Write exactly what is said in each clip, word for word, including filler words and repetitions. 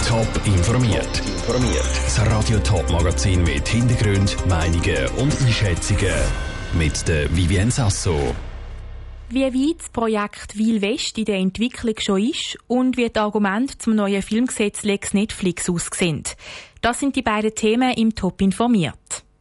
Top informiert. Informiert. Das Radio Top Magazin mit Hintergrund, Meinungen und Einschätzungen mit der Vivien Sasso. Wie weit das Projekt Wiel West in der Entwicklung schon ist und wie die Argumente zum neuen Filmgesetz Lex Netflix aussehen. Das sind die beiden Themen im Top informiert.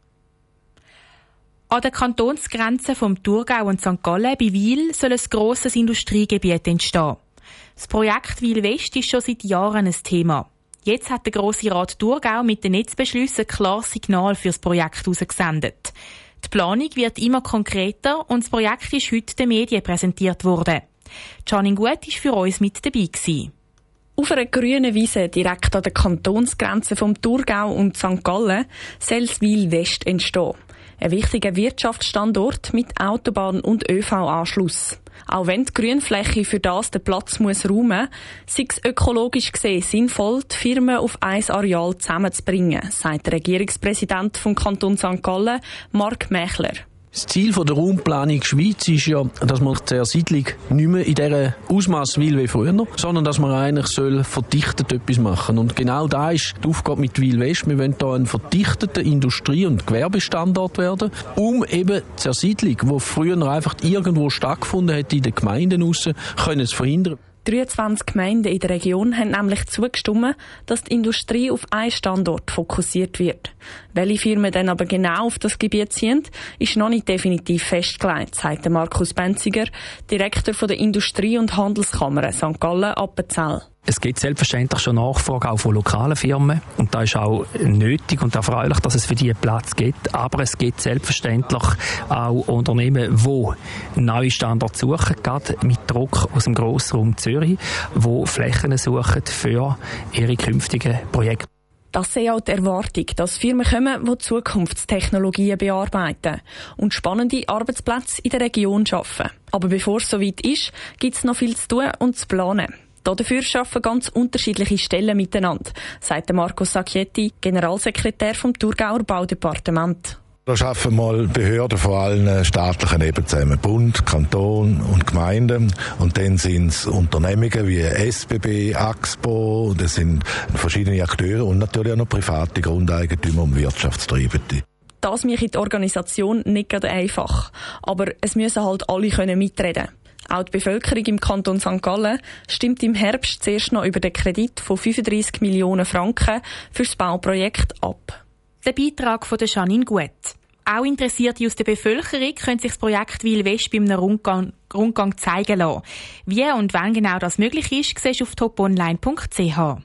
An der Kantonsgrenze vom Thurgau und Sankt Gallen bei Wiel soll ein grosses Industriegebiet entstehen. Das Projekt Wiel West ist schon seit Jahren ein Thema. Jetzt hat der Grosse Rat Thurgau mit den Netzbeschlüssen ein klares Signal für das Projekt herausgesendet. Die Planung wird immer konkreter und das Projekt ist heute den Medien präsentiert worden. Janine Gut war für uns mit dabei gewesen. Auf einer grünen Wiese direkt an der Kantonsgrenze vom Thurgau und Sankt Gallen soll das Wiel West entstehen. Ein wichtiger Wirtschaftsstandort mit Autobahn- und ÖV-Anschluss. Auch wenn die Grünfläche für das den Platz muss räumen, sei es ökologisch gesehen sinnvoll, die Firmen auf ein Areal zusammenzubringen, sagt der Regierungspräsident vom Kanton Sankt Gallen, Mark Mächler. Das Ziel der Raumplanung Schweiz ist ja, dass man die Zersiedlung nicht mehr in diesem Ausmaß will wie früher, sondern dass man eigentlich soll verdichtet etwas machen. Und genau da ist die Aufgabe mit Wiel West. Wir wollen hier ein verdichteter Industrie- und Gewerbestandort werden, um eben die Zersiedlung, die früher einfach irgendwo stattgefunden hat in den Gemeinden raus, können es verhindern. dreiundzwanzig Gemeinden in der Region haben nämlich zugestimmt, dass die Industrie auf einen Standort fokussiert wird. Welche Firmen dann aber genau auf das Gebiet ziehen, ist noch nicht definitiv festgelegt, sagt Markus Benziger, Direktor der Industrie- und Handelskammer Sankt Gallen-Appenzell. Es gibt selbstverständlich schon Nachfrage auch von lokalen Firmen und da ist auch nötig und erfreulich, dass es für die Platz gibt. Aber es gibt selbstverständlich auch Unternehmen, die neue Standorte suchen, gerade mit Druck aus dem Grossraum Zürich, die Flächen suchen für ihre künftigen Projekte. Das ist auch die Erwartung, dass Firmen kommen, die Zukunftstechnologien bearbeiten und spannende Arbeitsplätze in der Region schaffen. Aber bevor es soweit ist, gibt es noch viel zu tun und zu planen. Dafür arbeiten ganz unterschiedliche Stellen miteinander, sagt Marco Sacchetti, Generalsekretär vom Thurgauer Baudepartement. Da arbeiten mal Behörden von allen staatlichen Ebenen zusammen. Bund, Kanton und Gemeinden. Und dann sind es Unternehmungen wie S B B, Axpo, das sind verschiedene Akteure und natürlich auch noch private Grundeigentümer und Wirtschaftstreibende. Das macht die Organisation nicht gerade einfach. Aber es müssen halt alle können mitreden. Auch die Bevölkerung im Kanton Sankt Gallen stimmt im Herbst zuerst noch über den Kredit von fünfunddreissig Millionen Franken für das Bauprojekt ab. Der Beitrag von Janine Gut. Auch Interessierte aus der Bevölkerung können sich das Projekt Wiel West bei einem Rundgang, Rundgang zeigen lassen. Wie und wann genau das möglich ist, siehst du auf toponline punkt c h.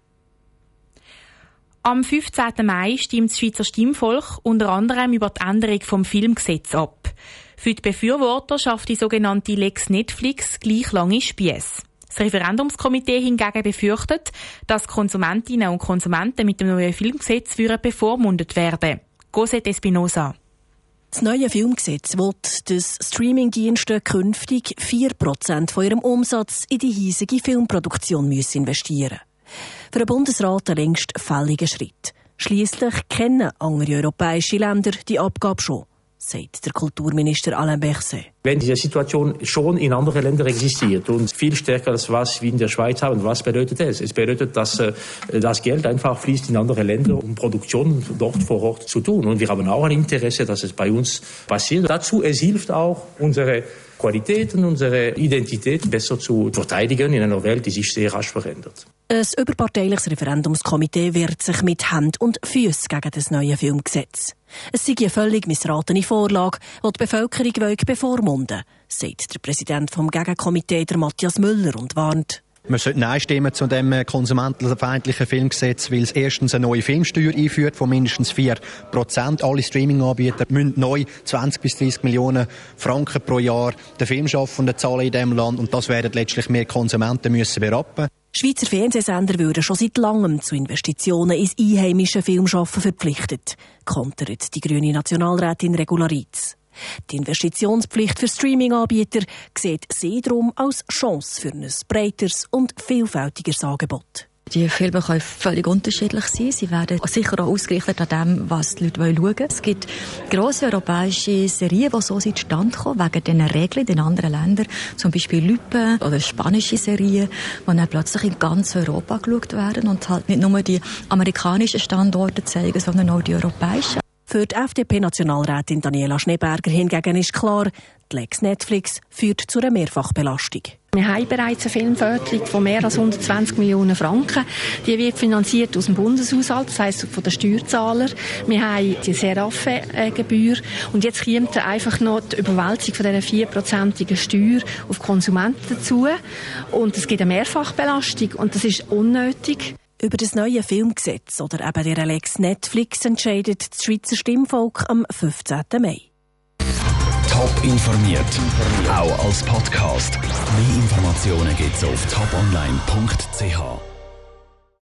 Am fünfzehnten Mai stimmt das Schweizer Stimmvolk unter anderem über die Änderung des Filmgesetzes ab. Für die Befürworter schafft die sogenannte Lex Netflix gleich lange Spiesse. Das Referendumskomitee hingegen befürchtet, dass Konsumentinnen und Konsumenten mit dem neuen Filmgesetz bevormundet werden. Cosette Espinosa. Das neue Filmgesetz will, dass Streamingdienste künftig vier Prozent von ihrem Umsatz in die hiesige Filmproduktion müssen investieren. Für den Bundesrat ein längst fälliger Schritt. Schliesslich kennen andere europäische Länder die Abgabe schon, sagt der Kulturminister Alain Berset. Wenn diese Situation schon in anderen Ländern existiert und viel stärker als was wir in der Schweiz haben, was bedeutet es? Es bedeutet, dass äh, das Geld einfach fließt in andere Länder, um Produktionen dort vor Ort zu tun. Und wir haben auch ein Interesse, dass es bei uns passiert. Dazu, es hilft auch, unsere Qualitäten, unsere Identität besser zu verteidigen in einer Welt, die sich sehr rasch verändert. Ein überparteiliches Referendumskomitee wehrt sich mit Händen und Füßen gegen das neue Filmgesetz. Es sei eine völlig missratene Vorlage, die die Bevölkerung bevormunden will, sagt der Präsident vom Gegenkomitee, der Matthias Müller, und warnt. Wir sollten Nein stimmen zu dem konsumentenfeindlichen Filmgesetz, weil es erstens eine neue Filmsteuer einführt von mindestens vier Prozent. Alle Streaming-Anbieter müssen neu zwanzig bis dreissig Millionen Franken pro Jahr den Filmschaffenden zahlen in diesem Land und das werden letztlich mehr Konsumenten müssen berappen. Schweizer Fernsehsender würden schon seit langem zu Investitionen ins einheimische Filmschaffen verpflichtet, kontert die grüne Nationalrätin Regularitz. Die Investitionspflicht für Streaming-Anbieter sieht sie darum als Chance für ein breiteres und vielfältigeres Angebot. Die Filme können völlig unterschiedlich sein. Sie werden sicher auch ausgerichtet an dem, was die Leute schauen wollen. Es gibt grosse europäische Serien, die so zustande kommen, wegen diesen Regeln in den anderen Ländern. Zum Beispiel Lupin oder spanische Serien, die dann plötzlich in ganz Europa geschaut werden und halt nicht nur die amerikanischen Standorte zeigen, sondern auch die europäischen. Für die F D P-Nationalrätin Daniela Schneeberger hingegen ist klar, die Lex Netflix führt zu einer Mehrfachbelastung. Wir haben bereits eine Filmförderung von mehr als hundertzwanzig Millionen Franken. Die wird finanziert aus dem Bundeshaushalt, das heisst von den Steuerzahlern. Wir haben die Serafe-Gebühr und jetzt kommt einfach noch die Überwälzung von dieser vierprozentigen Steuer auf Konsumenten dazu. Und es gibt eine Mehrfachbelastung und das ist unnötig. Über das neue Filmgesetz oder eben der Lex Netflix entscheidet das Schweizer Stimmvolk am fünfzehnten Mai. Top informiert, auch als Podcast. Mehr Informationen gibt's auf top online punkt c h.